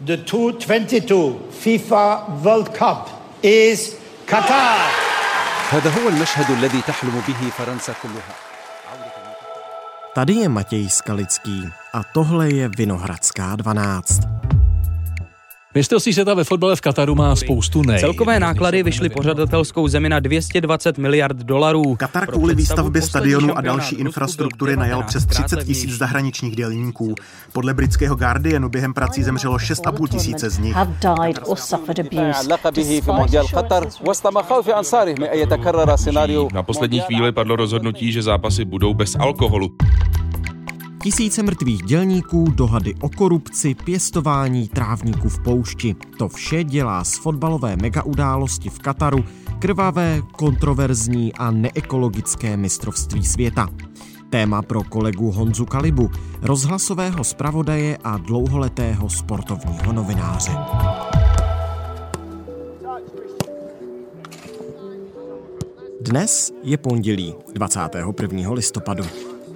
The 2022 FIFA World Cup is Qatar. هذا هو المشهد الذي تحلم به فرنسا كلها. Tady je Matěj Skalický a tohle je Vinohradská 12. Mistrovství světa ve fotbale v Kataru má spoustu nej. Celkové náklady vyšly pořadatelskou zemi na $220 miliard. Katar kvůli výstavbě stadionu a další infrastruktury najal přes 30 000 zahraničních dělníků. Podle britského Guardianu během prací zemřelo 6 500 z nich. Na poslední chvíli padlo rozhodnutí, že zápasy budou bez alkoholu. Tisíce mrtvých dělníků, dohady o korupci, pěstování trávníků v poušti. To vše dělá z fotbalové megaudálosti v Kataru krvavé, kontroverzní a neekologické mistrovství světa. Téma pro kolegu Honzu Kalibu, rozhlasového zpravodaje a dlouholetého sportovního novináře. Dnes je pondělí 21. listopadu.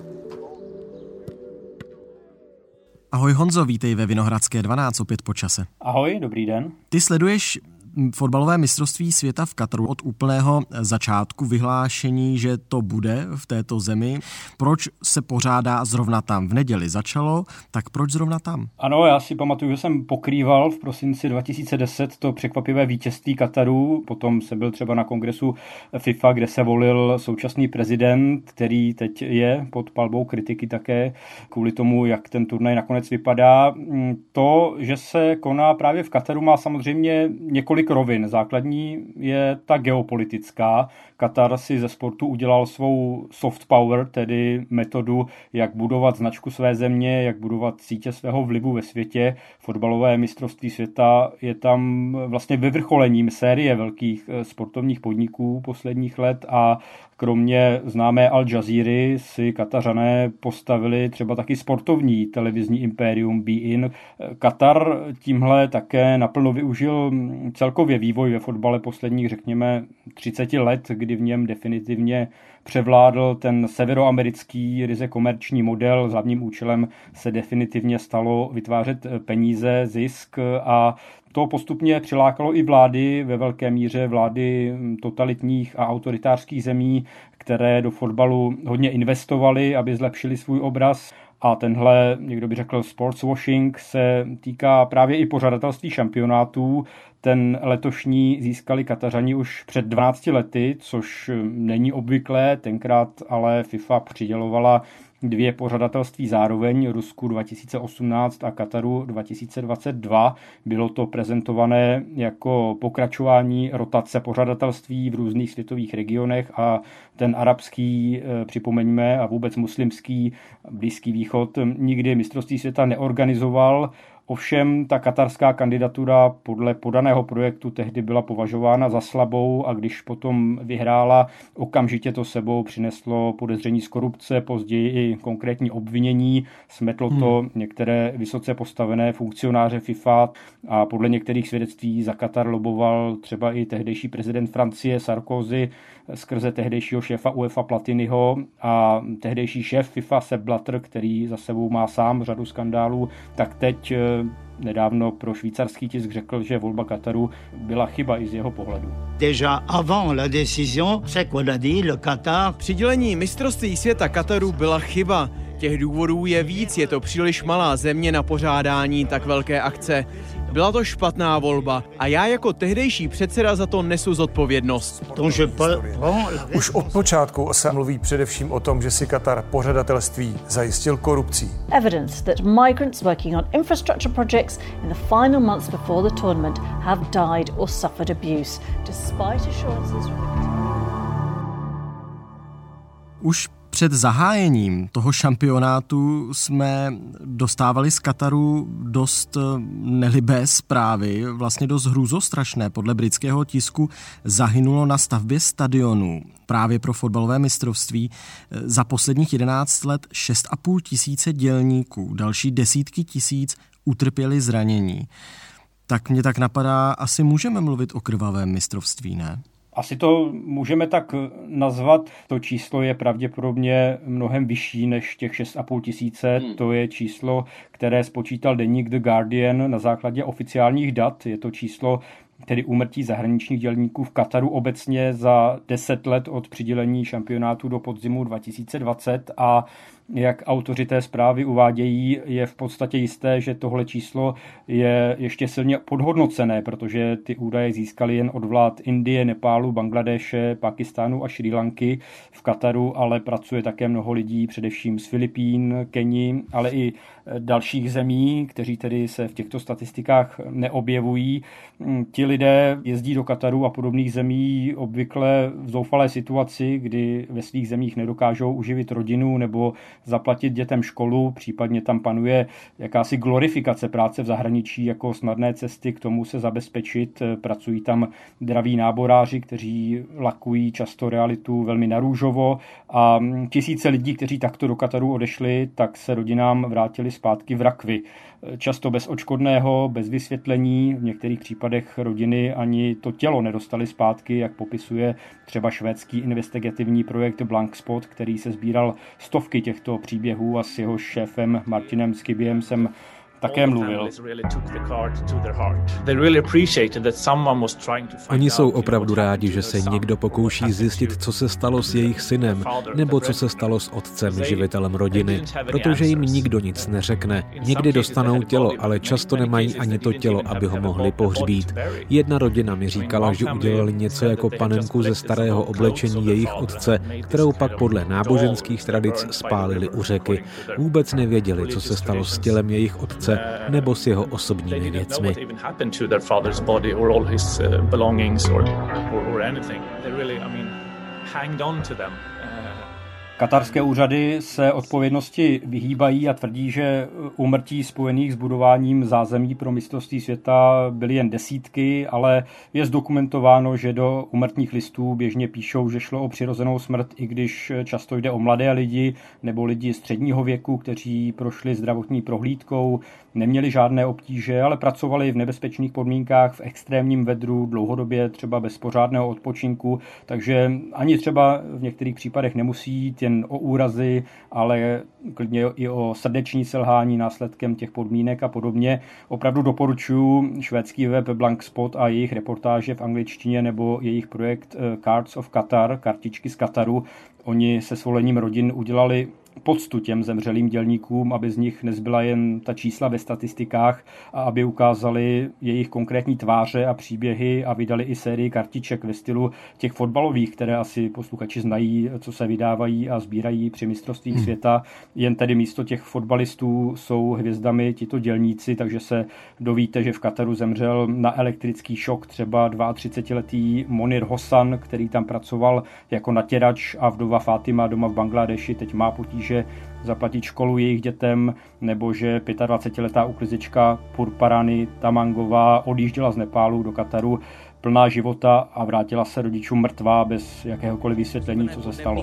Ahoj Honzo, vítej ve Vinohradské 12 opět po čase. Ahoj, dobrý den. Ty sleduješ fotbalové mistrovství světa v Kataru od úplného začátku vyhlášení, že to bude v této zemi. Proč se pořádá zrovna tam? V neděli začalo, tak proč zrovna tam? Ano, já si pamatuju, že jsem pokrýval v prosinci 2010 to překvapivé vítězství Kataru. Potom jsem byl třeba na kongresu FIFA, kde se volil současný prezident, který teď je pod palbou kritiky také kvůli tomu, jak ten turnaj nakonec vypadá. To, že se koná právě v Kataru, má samozřejmě několik rovin. Základní je ta geopolitická. Katar si ze sportu udělal svou soft power, tedy metodu, jak budovat značku své země, jak budovat sítě svého vlivu ve světě. Fotbalové mistrovství světa je tam vlastně vyvrcholením série velkých sportovních podniků posledních let a kromě známé Al Jazeera si Katařané postavili třeba taky sportovní televizní impérium beIN. Katar tímhle také naplno využil celkově vývoj ve fotbale posledních, řekněme, 30 let, kdy v něm definitivně převládl ten severoamerický ryze komerční model. Hlavním účelem se definitivně stalo vytvářet peníze, zisk a to postupně přilákalo i vlády, ve velké míře vlády totalitních a autoritářských zemí, které do fotbalu hodně investovaly, aby zlepšili svůj obraz. A tenhle, někdo by řekl, sportswashing se týká právě i pořadatelství šampionátů. Ten letošní získali Katařani už před 12 lety, což není obvyklé, tenkrát ale FIFA přidělovala 2 pořadatelství zároveň, Rusku 2018 a Kataru 2022. Bylo to prezentované jako pokračování rotace pořadatelství v různých světových regionech a ten arabský, připomeňme, a vůbec muslimský Blízký východ nikdy mistrovství světa neorganizoval. Ovšem ta katarská kandidatura podle podaného projektu tehdy byla považována za slabou a když potom vyhrála, okamžitě to sebou přineslo podezření z korupce, později i konkrétní obvinění. Smetlo to některé vysoce postavené funkcionáře FIFA a podle některých svědectví za Katar loboval třeba i tehdejší prezident Francie Sarkozy skrze tehdejšího šéfa UEFA Platiniho a tehdejší šéf FIFA Sepp Blatter, který za sebou má sám řadu skandálů, tak teď nedávno pro švýcarský tisk řekl, že volba Kataru byla chyba i z jeho pohledu. Déjà avant la décision, c'est qu'on a dit le Qatar. Přidělení mistrovství světa Kataru byla chyba. Těch důvodů je víc, je to příliš malá země na pořádání tak velké akce. Byla to špatná volba a já jako tehdejší předseda za to nesu zodpovědnost. Už od počátku se mluví především o tom, že si Katar pořadatelství zajistil korupcí. Evidence that migrants working on infrastructure projects in the final months before the tournament have died or suffered abuse, despite assurances from the Už před zahájením toho šampionátu jsme dostávali z Kataru dost nelibé zprávy, vlastně dost hrůzostrašné. Podle britského tisku zahynulo na stavbě stadionu právě pro fotbalové mistrovství za posledních 11 let 6 500 dělníků. Další desítky tisíc utrpěli zranění. Tak mě tak napadá, asi můžeme mluvit o krvavém mistrovství, ne? Asi to můžeme tak nazvat. To číslo je pravděpodobně mnohem vyšší než těch 6,5 tisíce. To je číslo, které spočítal deník The Guardian na základě oficiálních dat. Je to číslo tedy úmrtí zahraničních dělníků v Kataru obecně za 10 let od přidělení šampionátu do podzimu 2020 a jak autoři té zprávy uvádějí, je v podstatě jisté, že tohle číslo je ještě silně podhodnocené, protože ty údaje získali jen od vlád Indie, Nepálu, Bangladéše, Pakistánu a Srí Lanky. V Kataru ale pracuje také mnoho lidí, především z Filipín, Keni, ale i dalších zemí, kteří tedy se v těchto statistikách neobjevují. Ti lidé jezdí do Kataru a podobných zemí obvykle v zoufalé situaci, kdy ve svých zemích nedokážou uživit rodinu nebo zaplatit dětem školu, případně tam panuje jakási glorifikace práce v zahraničí jako snadné cesty k tomu se zabezpečit. Pracují tam draví náboráři, kteří lakují často realitu velmi narůžovo a tisíce lidí, kteří takto do Kataru odešli, tak se rodinám vrátili zpátky v rakvi. Často bez odškodného, bez vysvětlení, v některých případech rodiny ani to tělo nedostali zpátky, jak popisuje třeba švédský investigativní projekt Blank Spot, který se sbíral stovky těchto příběhů a s jeho šéfem Martinem Skibiem jsem také mluvil. Oni jsou opravdu rádi, že se někdo pokouší zjistit, co se stalo s jejich synem, nebo co se stalo s otcem, živitelem rodiny, protože jim nikdo nic neřekne. Někdy dostanou tělo, ale často nemají ani to tělo, aby ho mohli pohřbít. Jedna rodina mi říkala, že udělali něco jako panenku ze starého oblečení jejich otce, kterou pak podle náboženských tradic spálili u řeky. Vůbec nevěděli, co se stalo s tělem jejich otce nebo s jeho osobními věcmi. Katarské úřady se odpovědnosti vyhýbají a tvrdí, že úmrtí spojených s budováním zázemí pro mistrovství světa byly jen desítky, ale je zdokumentováno, že do úmrtních listů běžně píšou, že šlo o přirozenou smrt, i když často jde o mladé lidi nebo lidi středního věku, kteří prošli zdravotní prohlídkou, neměli žádné obtíže, ale pracovali v nebezpečných podmínkách, v extrémním vedru, dlouhodobě třeba bez pořádného odpočinku, takže ani třeba v některých případech nemusí jít jen o úrazy, ale klidně i o srdeční selhání následkem těch podmínek a podobně. Opravdu doporučuji švédský web Blank Spot a jejich reportáže v angličtině nebo jejich projekt Cards of Qatar, kartičky z Kataru. Oni se svolením rodin udělali poctu těm zemřelým dělníkům, aby z nich nezbyla jen ta čísla ve statistikách a aby ukázali jejich konkrétní tváře a příběhy a vydali i sérii kartiček ve stylu těch fotbalových, které asi posluchači znají, co se vydávají a sbírají při mistrovstvích světa. Jen tedy místo těch fotbalistů jsou hvězdami tito dělníci, takže se dovíte, že v Kataru zemřel na elektrický šok třeba 32letý Monir Hossan, který tam pracoval jako natěrač, a vdova Fatima doma v Bangladeši teď má potíže zaplatit školu jejich dětem, nebo že 25letá uklizečka Purparani Tamangová odjížděla z Nepálu do Kataru plná života a vrátila se rodičům mrtvá bez jakéhokoliv vysvětlení, co se stalo.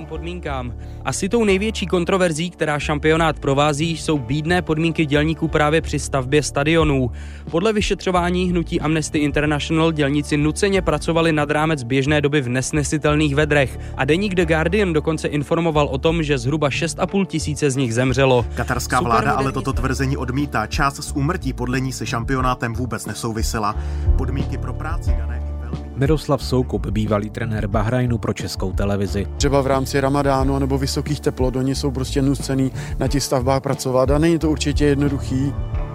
Asi tou největší kontroverzí, která šampionát provází, jsou bídné podmínky dělníků právě při stavbě stadionů. Podle vyšetřování hnutí Amnesty International dělníci nuceně pracovali nad rámec běžné doby v nesnesitelných vedrech a deník The Guardian dokonce informoval o tom, že zhruba 6,5 tisíce z nich zemřelo. Katarská vláda ale toto tvrzení odmítá. Část z úmrtí podle ní se šampionátem vůbec nesouvisela. Podmínky pro práci dané Miroslav Soukup, bývalý trenér Bahrajnu pro Českou televizi. Třeba v rámci Ramadánu nebo vysokých teplot, oni jsou prostě nucený na těch stavbách pracovat a není to určitě jednoduchý.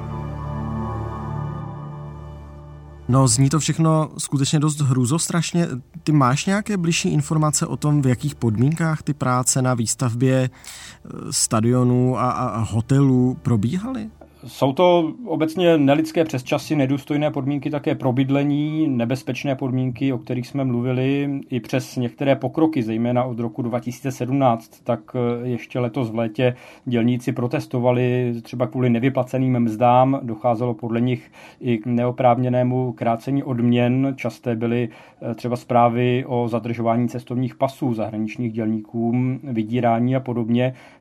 No, zní to všechno skutečně dost hrůzostrašně. Ty máš nějaké bližší informace o tom, v jakých podmínkách ty práce na výstavbě stadionů a hotelů probíhaly? Jsou to obecně nelidské přesčasy, nedůstojné podmínky také pro bydlení, nebezpečné podmínky, o kterých jsme mluvili i přes některé pokroky, zejména od roku 2017, tak ještě letos v létě dělníci protestovali třeba kvůli nevyplaceným mzdám, docházelo podle nich i k neoprávněnému krácení odměn, časté byly třeba zprávy o zadržování cestovních pasů zahraničních dělníků, vydírání a podobně.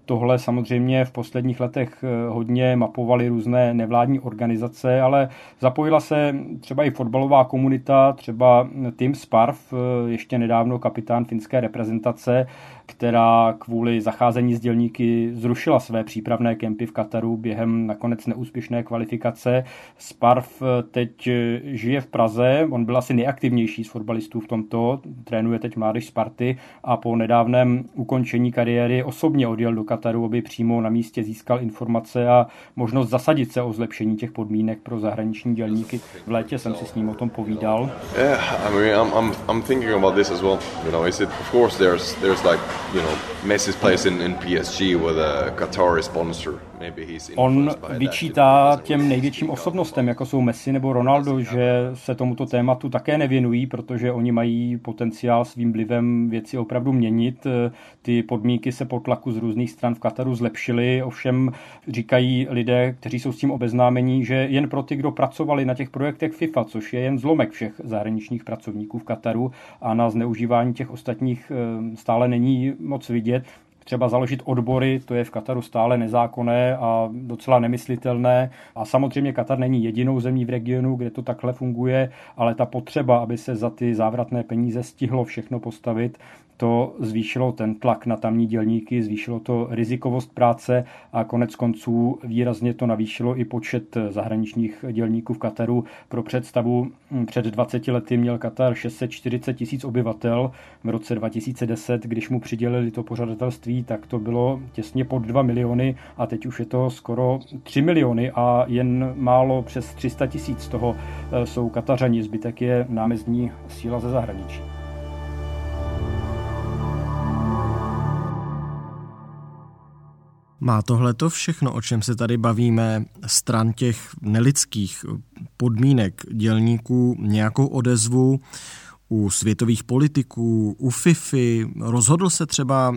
Tohle samozřejmě v posledních letech hodně mapovaly různé nevládní organizace, ale zapojila se třeba i fotbalová komunita, třeba Tim Sparv, ještě nedávno kapitán finské reprezentace, která kvůli zacházení s dělníky zrušila své přípravné kempy v Kataru během nakonec neúspěšné kvalifikace. Sparv teď žije v Praze, on byl asi nejaktivnější z fotbalistů v tomto, trénuje teď mládež Sparty a po nedávném ukončení kariéry osobně odjel do Kataru, aby přímo na místě získal informace a možnost zasadit se o zlepšení těch podmínek pro zahraniční dělníky. V létě jsem si s ním o tom povídal. I'm thinking about this as well. You know, is it of course there's like, you know, Messi's place in PSG with a Qatari sponsor. On vyčítá těm největším osobnostem, jako jsou Messi nebo Ronaldo, že se tomuto tématu také nevěnují, protože oni mají potenciál svým vlivem věci opravdu měnit. Ty podmínky se po tlaku z různých stran v Kataru zlepšily, ovšem říkají lidé, kteří jsou s tím obeznámení, že jen pro ty, kdo pracovali na těch projektech FIFA, což je jen zlomek všech zahraničních pracovníků v Kataru a na zneužívání těch ostatních stále není moc vidět. Třeba založit odbory, to je v Kataru stále nezákonné a docela nemyslitelné. A samozřejmě Katar není jedinou zemí v regionu, kde to takhle funguje, ale ta potřeba, aby se za ty závratné peníze stihlo všechno postavit, to zvýšilo ten tlak na tamní dělníky, zvýšilo to rizikovost práce a konec konců výrazně to navýšilo i počet zahraničních dělníků v Kataru. Pro představu, před 20 lety měl Katar 640 000 obyvatel. V roce 2010, když mu přidělili to pořadatelství, tak to bylo těsně pod 2 miliony a teď už je to skoro 3 miliony a jen málo přes 300 000 z toho jsou Katařani, zbytek je námezdní síla ze zahraničí. Má tohleto všechno, o čem se tady bavíme, stran těch nelidských podmínek dělníků nějakou odezvu u světových politiků, u FIFA? Rozhodl se třeba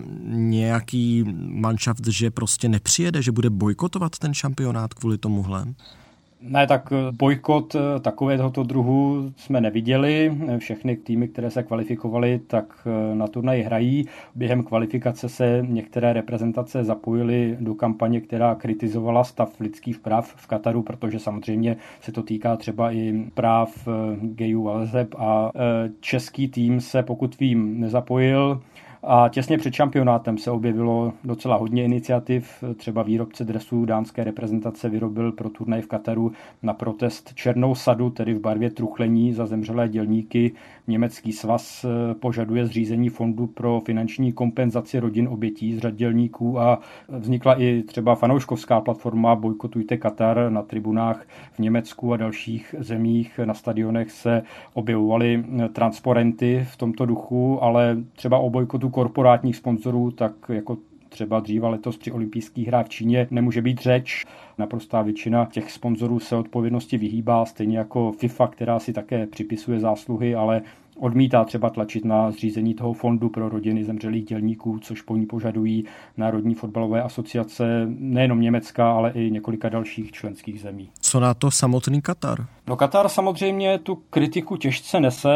nějaký manšaft, že prostě nepřijede, že bude bojkotovat ten šampionát kvůli tomuhle? Ne, tak bojkot takového druhu jsme neviděli. Všechny týmy, které se kvalifikovaly, tak na turnaji hrají. Během kvalifikace se některé reprezentace zapojily do kampaně, která kritizovala stav lidských práv v Kataru, protože samozřejmě se to týká třeba i práv gayů a leseb a český tým se, pokud vím, nezapojil. A těsně před šampionátem se objevilo docela hodně iniciativ. Třeba výrobce dresů dánské reprezentace vyrobil pro turnaj v Kataru na protest černou sadu, tedy v barvě truchlení za zemřelé dělníky. Německý svaz požaduje zřízení fondu pro finanční kompenzaci rodin obětí z řad dělníků a vznikla i třeba fanouškovská platforma Bojkotujte Katar. Na tribunách v Německu a dalších zemích na stadionech se objevovaly transparenty v tomto duchu, ale třeba o bojkotu korporátních sponzorů, tak jako třeba dříve letos při olympijských hrách v Číně nemůže být řeč. Naprostá většina těch sponzorů se odpovědnosti vyhýbá, stejně jako FIFA, která si také připisuje zásluhy, ale odmítá třeba tlačit na zřízení toho fondu pro rodiny zemřelých dělníků, což po ní požadují národní fotbalové asociace nejenom Německa, ale i několika dalších členských zemí. Co na to samotný Katar? No Katar samozřejmě tu kritiku těžce nese,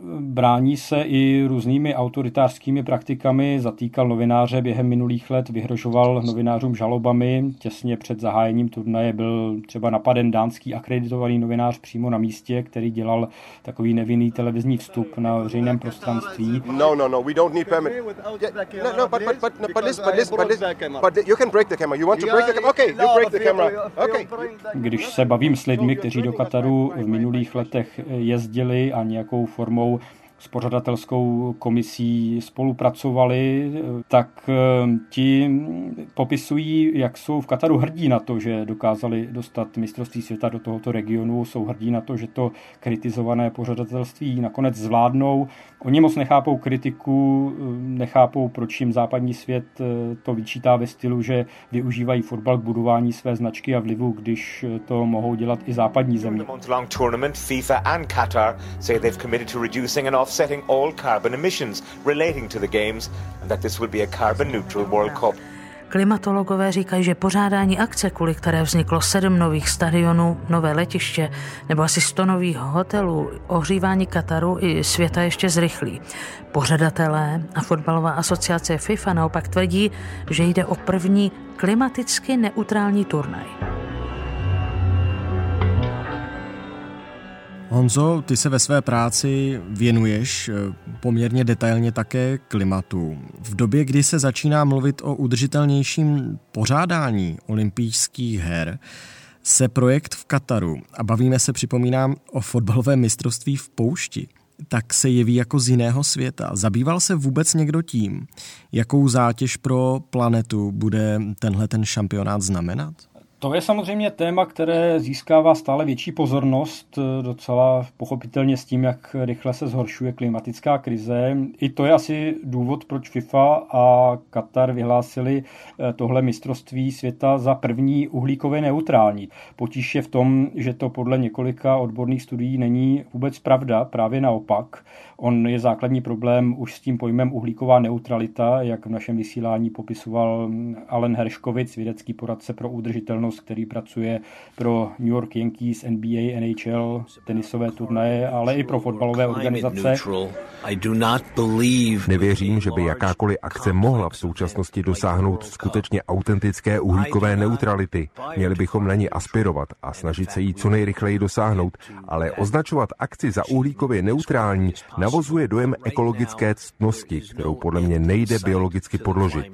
brání se i různými autoritářskými praktikami, zatýkal novináře během minulých let, vyhrožoval novinářům žalobami. Těsně před zahájením turnaje byl třeba napaden dánský akreditovaný novinář přímo na místě, který dělal takový nevinný televizní vstup na veřejném prostranství. No, we don't need permit. But you can break the camera. You want to break the camera? Okay, you break the camera. Okay. Když se bavím s lidmi, kteří do Kataru v minulých letech jezdili a nějakou formou s pořadatelskou komisí spolupracovali, tak ti popisují, jak jsou v Kataru hrdí na to, že dokázali dostat mistrovství světa do tohoto regionu, jsou hrdí na to, že to kritizované pořadatelství nakonec zvládnou. Oni moc nechápou kritiku, nechápou, proč jim západní svět to vyčítá ve stylu, že využívají fotbal k budování své značky a vlivu, když to mohou dělat i západní země. FIFA and Qatar say they've committed to reducing and offsetting all carbon emissions relating to the games and that this will be a carbon neutral World Cup. Klimatologové říkají, že pořádání akce, kvůli které vzniklo 7 nových stadionů, nové letiště nebo asi 100 nových hotelů, ohřívání Kataru i světa ještě zrychlí. Pořadatelé a fotbalová asociace FIFA naopak tvrdí, že jde o první klimaticky neutrální turnaj. Honzo, ty se ve své práci věnuješ poměrně detailně také klimatu. V době, kdy se začíná mluvit o udržitelnějším pořádání olympijských her, se projekt v Kataru, a bavíme se, připomínám, o fotbalovém mistrovství v poušti, tak se jeví jako z jiného světa. Zabýval se vůbec někdo tím, jakou zátěž pro planetu bude ten šampionát znamenat? To je samozřejmě téma, které získává stále větší pozornost, docela pochopitelně s tím, jak rychle se zhoršuje klimatická krize. I to je asi důvod, proč FIFA a Katar vyhlásili tohle mistrovství světa za první uhlíkově neutrální. Potíž je v tom, že to podle několika odborných studií není vůbec pravda, právě naopak. On je základní problém už s tím pojmem uhlíková neutralita, jak v našem vysílání popisoval Alen Hershkovitz, vědecký poradce pro udržitelnost, který pracuje pro New York Yankees, NBA, NHL, tenisové turnaje, ale i pro fotbalové organizace. Nevěřím, že by jakákoliv akce mohla v současnosti dosáhnout skutečně autentické uhlíkové neutrality. Měli bychom na ní aspirovat a snažit se jí co nejrychleji dosáhnout, ale označovat akci za uhlíkově neutrální navozuje dojem ekologické ctnosti, kterou podle mě nejde biologicky podložit.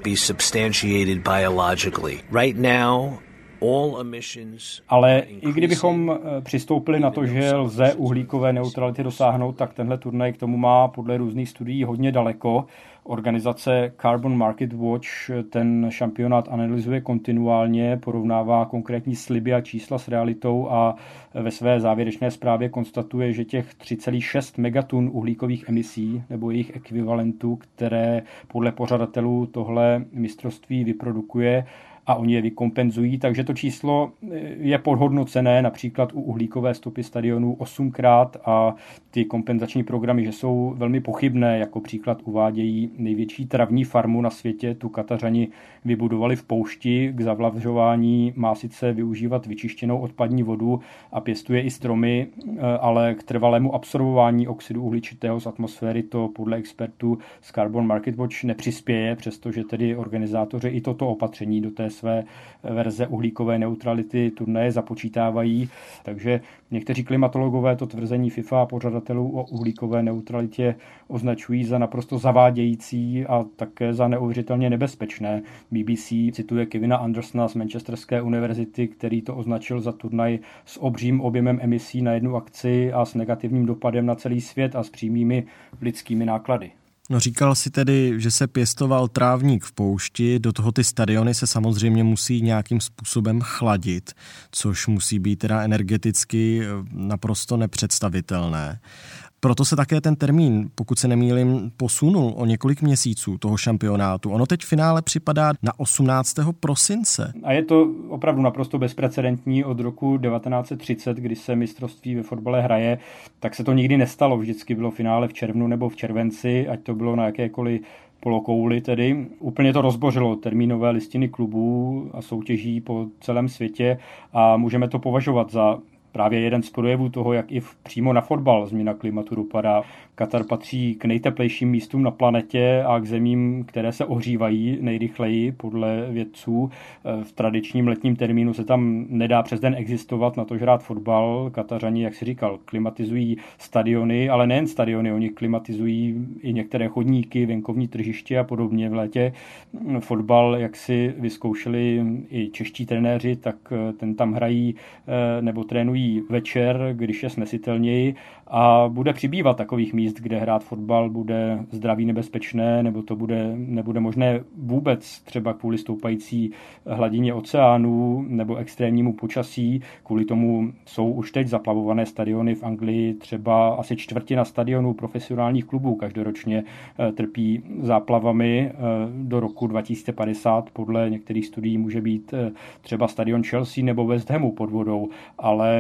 Ale i kdybychom přistoupili na to, že lze uhlíkové neutrality dosáhnout, tak tenhle turnaj k tomu má podle různých studií hodně daleko. Organizace Carbon Market Watch ten šampionát analyzuje kontinuálně, porovnává konkrétní sliby a čísla s realitou a ve své závěrečné zprávě konstatuje, že těch 3,6 megatun uhlíkových emisí nebo jejich ekvivalentů, které podle pořadatelů tohle mistrovství vyprodukuje, a oni je vykompenzují, takže to číslo je podhodnocené například u uhlíkové stopy stadionů 8krát a ty kompenzační programy, že jsou velmi pochybné, jako příklad uvádějí největší travní farmu na světě, tu Katařani vybudovali v poušti, k zavlažování má sice využívat vyčištěnou odpadní vodu a pěstuje i stromy, ale k trvalému absorbování oxidu uhličitého z atmosféry to podle expertů z Carbon Market Watch nepřispěje, přestože tedy organizátoři i toto opatření do té své verze uhlíkové neutrality turnaje započítávají. Takže někteří klimatologové to tvrzení FIFA a pořadatelů o uhlíkové neutralitě označují za naprosto zavádějící a také za neuvěřitelně nebezpečné. BBC cituje Kevina Andersona z Manchesterské univerzity, který to označil za turnaj s obřím objemem emisí na jednu akci a s negativním dopadem na celý svět a s přímými lidskými náklady. No, říkal si tedy, že se pěstoval trávník v poušti, do toho ty stadiony se samozřejmě musí nějakým způsobem chladit, což musí být teda energeticky naprosto nepředstavitelné. Proto se také ten termín, pokud se nemýlím, posunul o několik měsíců toho šampionátu. Ono teď v finále připadá na 18. prosince. A je to opravdu naprosto bezprecedentní od roku 1930, kdy se mistrovství ve fotbale hraje, tak se to nikdy nestalo. Vždycky bylo finále v červnu nebo v červenci, ať to bylo na jakékoliv polokouli tedy. Úplně to rozbořilo termínové listiny klubů a soutěží po celém světě a můžeme to považovat za právě jeden z projevů toho, jak i přímo na fotbal změna klimatu dopadá. Katar patří k nejteplejším místům na planetě a k zemím, které se ohřívají nejrychleji podle vědců. V tradičním letním termínu se tam nedá přes den existovat, na to hrát fotbal. Katařani, jak si říkal, klimatizují stadiony, ale nejen stadiony, oni klimatizují i některé chodníky, venkovní tržiště a podobně v létě. Fotbal, jak si vyzkoušeli i čeští trenéři, tak ten tam hrají nebo trénují večer, když je snesitelněji a bude přibývat takových míst, kde hrát fotbal bude zdraví nebezpečné, nebo to nebude možné vůbec, třeba kvůli stoupající hladině oceánů nebo extrémnímu počasí. Kvůli tomu jsou už teď zaplavované stadiony v Anglii, třeba asi čtvrtina stadionů profesionálních klubů každoročně trpí záplavami. Do roku 2050 podle některých studií může být třeba stadion Chelsea nebo West Hamu pod vodou, ale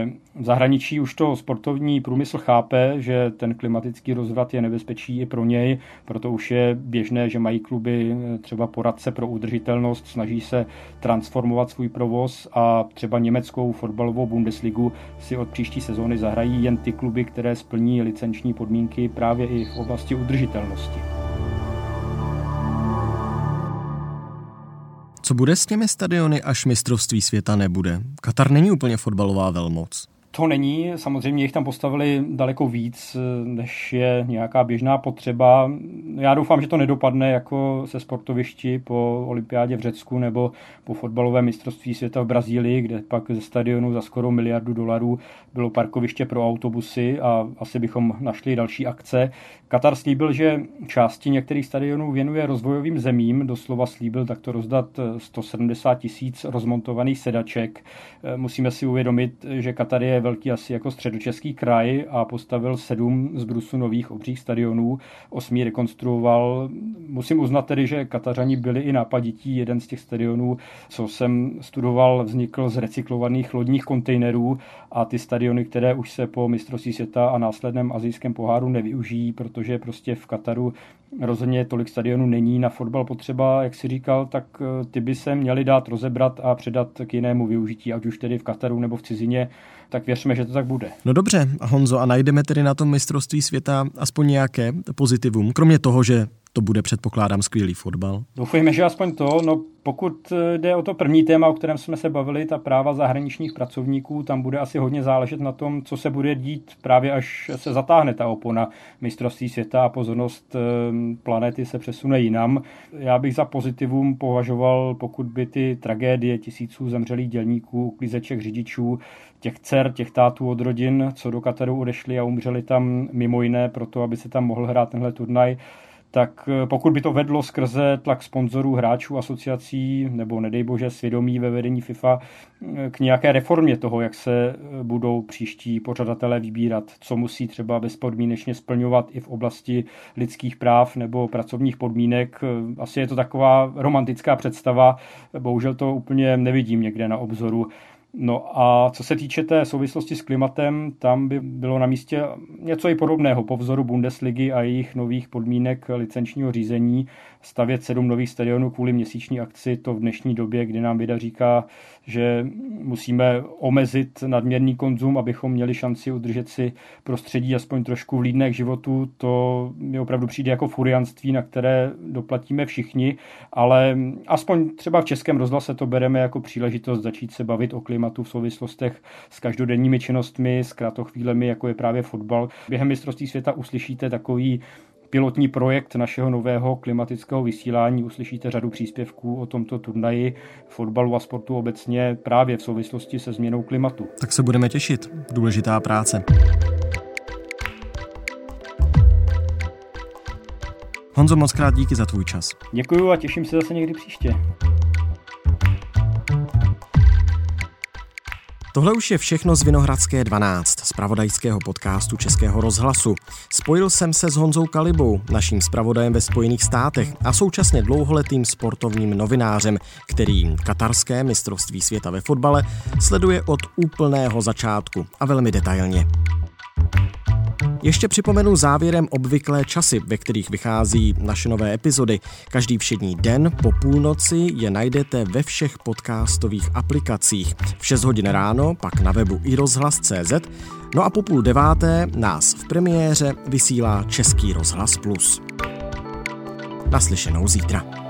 že v zahraničí už to sportovní průmysl chápe, že ten klimatický rozvrat je nebezpečí i pro něj, proto už je běžné, že mají kluby třeba poradce pro udržitelnost, snaží se transformovat svůj provoz a třeba německou fotbalovou Bundesligu si od příští sezóny zahrají jen ty kluby, které splní licenční podmínky právě i v oblasti udržitelnosti. Co bude s těmi stadiony, až mistrovství světa nebude? Katar není úplně fotbalová velmoc. To není, samozřejmě jich tam postavili daleko víc, než je nějaká běžná potřeba. Já doufám, že to nedopadne jako se sportovišti po olympiádě v Řecku nebo po fotbalovém mistrovství světa v Brazílii, kde pak ze stadionu za skoro $1 miliardu bylo parkoviště pro autobusy a asi bychom našli další akce. Katar slíbil, že části některých stadionů věnuje rozvojovým zemím, doslova slíbil takto rozdat 170 000 rozmontovaných sedaček. Musíme si uvědomit, že Katar je velký asi jako středočeský kraj a postavil 7 z brusu nových obřích stadionů, 8 rekonstruoval. Musím uznat tedy, že Katařani byli i nápadití. Jeden z těch stadionů, co jsem studoval, vznikl z recyklovaných lodních kontejnerů a ty stadiony, které už se po mistrovství světa a následném asijském poháru nevyužijí, protože prostě v Kataru rozhodně tolik stadionů není na fotbal potřeba, jak si říkal, tak ty by se měly dát rozebrat a předat k jinému využití, ať už tedy v Kataru nebo v cizině, tak věřme, že to tak bude. No dobře, Honzo, a najdeme tedy na tom mistrovství světa aspoň nějaké pozitivum, kromě toho, že to bude, předpokládám, skvělý fotbal? Doufujeme, že aspoň to. No, pokud jde o to první téma, o kterém jsme se bavili, ta práva zahraničních pracovníků, tam bude asi hodně záležet na tom, co se bude dít právě až se zatáhne ta opona mistrovství světa a pozornost planety se přesune jinam. Já bych za pozitivum považoval, pokud by ty tragédie tisíců zemřelých dělníků, uklízeček, řidičů, těch dcer, těch tátů od rodin, co do Kataru odešli a umřeli tam mimo jiné proto, aby se tam mohl hrát tenhle turnaj, tak pokud by to vedlo skrze tlak sponzorů, hráčů, asociací nebo nedej bože svědomí ve vedení FIFA k nějaké reformě toho, jak se budou příští pořadatelé vybírat, co musí třeba bezpodmínečně splňovat i v oblasti lidských práv nebo pracovních podmínek. Asi je to taková romantická představa, bohužel to úplně nevidím někde na obzoru. No a co se týče té souvislosti s klimatem, tam by bylo na místě něco i podobného po vzoru Bundesligy a jejich nových podmínek licenčního řízení. Stavět 7 nových stadionů kvůli měsíční akci, to v dnešní době, kdy nám věda říká, že musíme omezit nadměrný konzum, abychom měli šanci udržet si prostředí aspoň trošku vlídné k životu, to mi opravdu přijde jako furianství, na které doplatíme všichni, ale aspoň třeba v Českém rozhlase to bereme jako příležitost začít se bavit o klimatu v souvislostech s každodenními činnostmi, s kratochvílemi, jako je právě fotbal. Během mistrovství světa uslyšíte takový pilotní projekt našeho nového klimatického vysílání. Uslyšíte řadu příspěvků o tomto turnaji, fotbalu a sportu obecně právě v souvislosti se změnou klimatu. Tak se budeme těšit. Důležitá práce. Honzo, moc krát díky za tvůj čas. Děkuju a těším se zase někdy příště. Tohle už je všechno z Vinohradské 12, zpravodajského podcastu Českého rozhlasu. Spojil jsem se s Honzou Kalibou, naším zpravodajem ve Spojených státech a současně dlouholetým sportovním novinářem, který katarské mistrovství světa ve fotbale sleduje od úplného začátku a velmi detailně. Ještě připomenu závěrem obvyklé časy, ve kterých vychází naše nové epizody. Každý všední den po půlnoci je najdete ve všech podcastových aplikacích. V 6 hodin ráno pak na webu iRozhlas.cz, no a po 8:30 nás v premiéře vysílá Český rozhlas Plus. Naslyšenou zítra.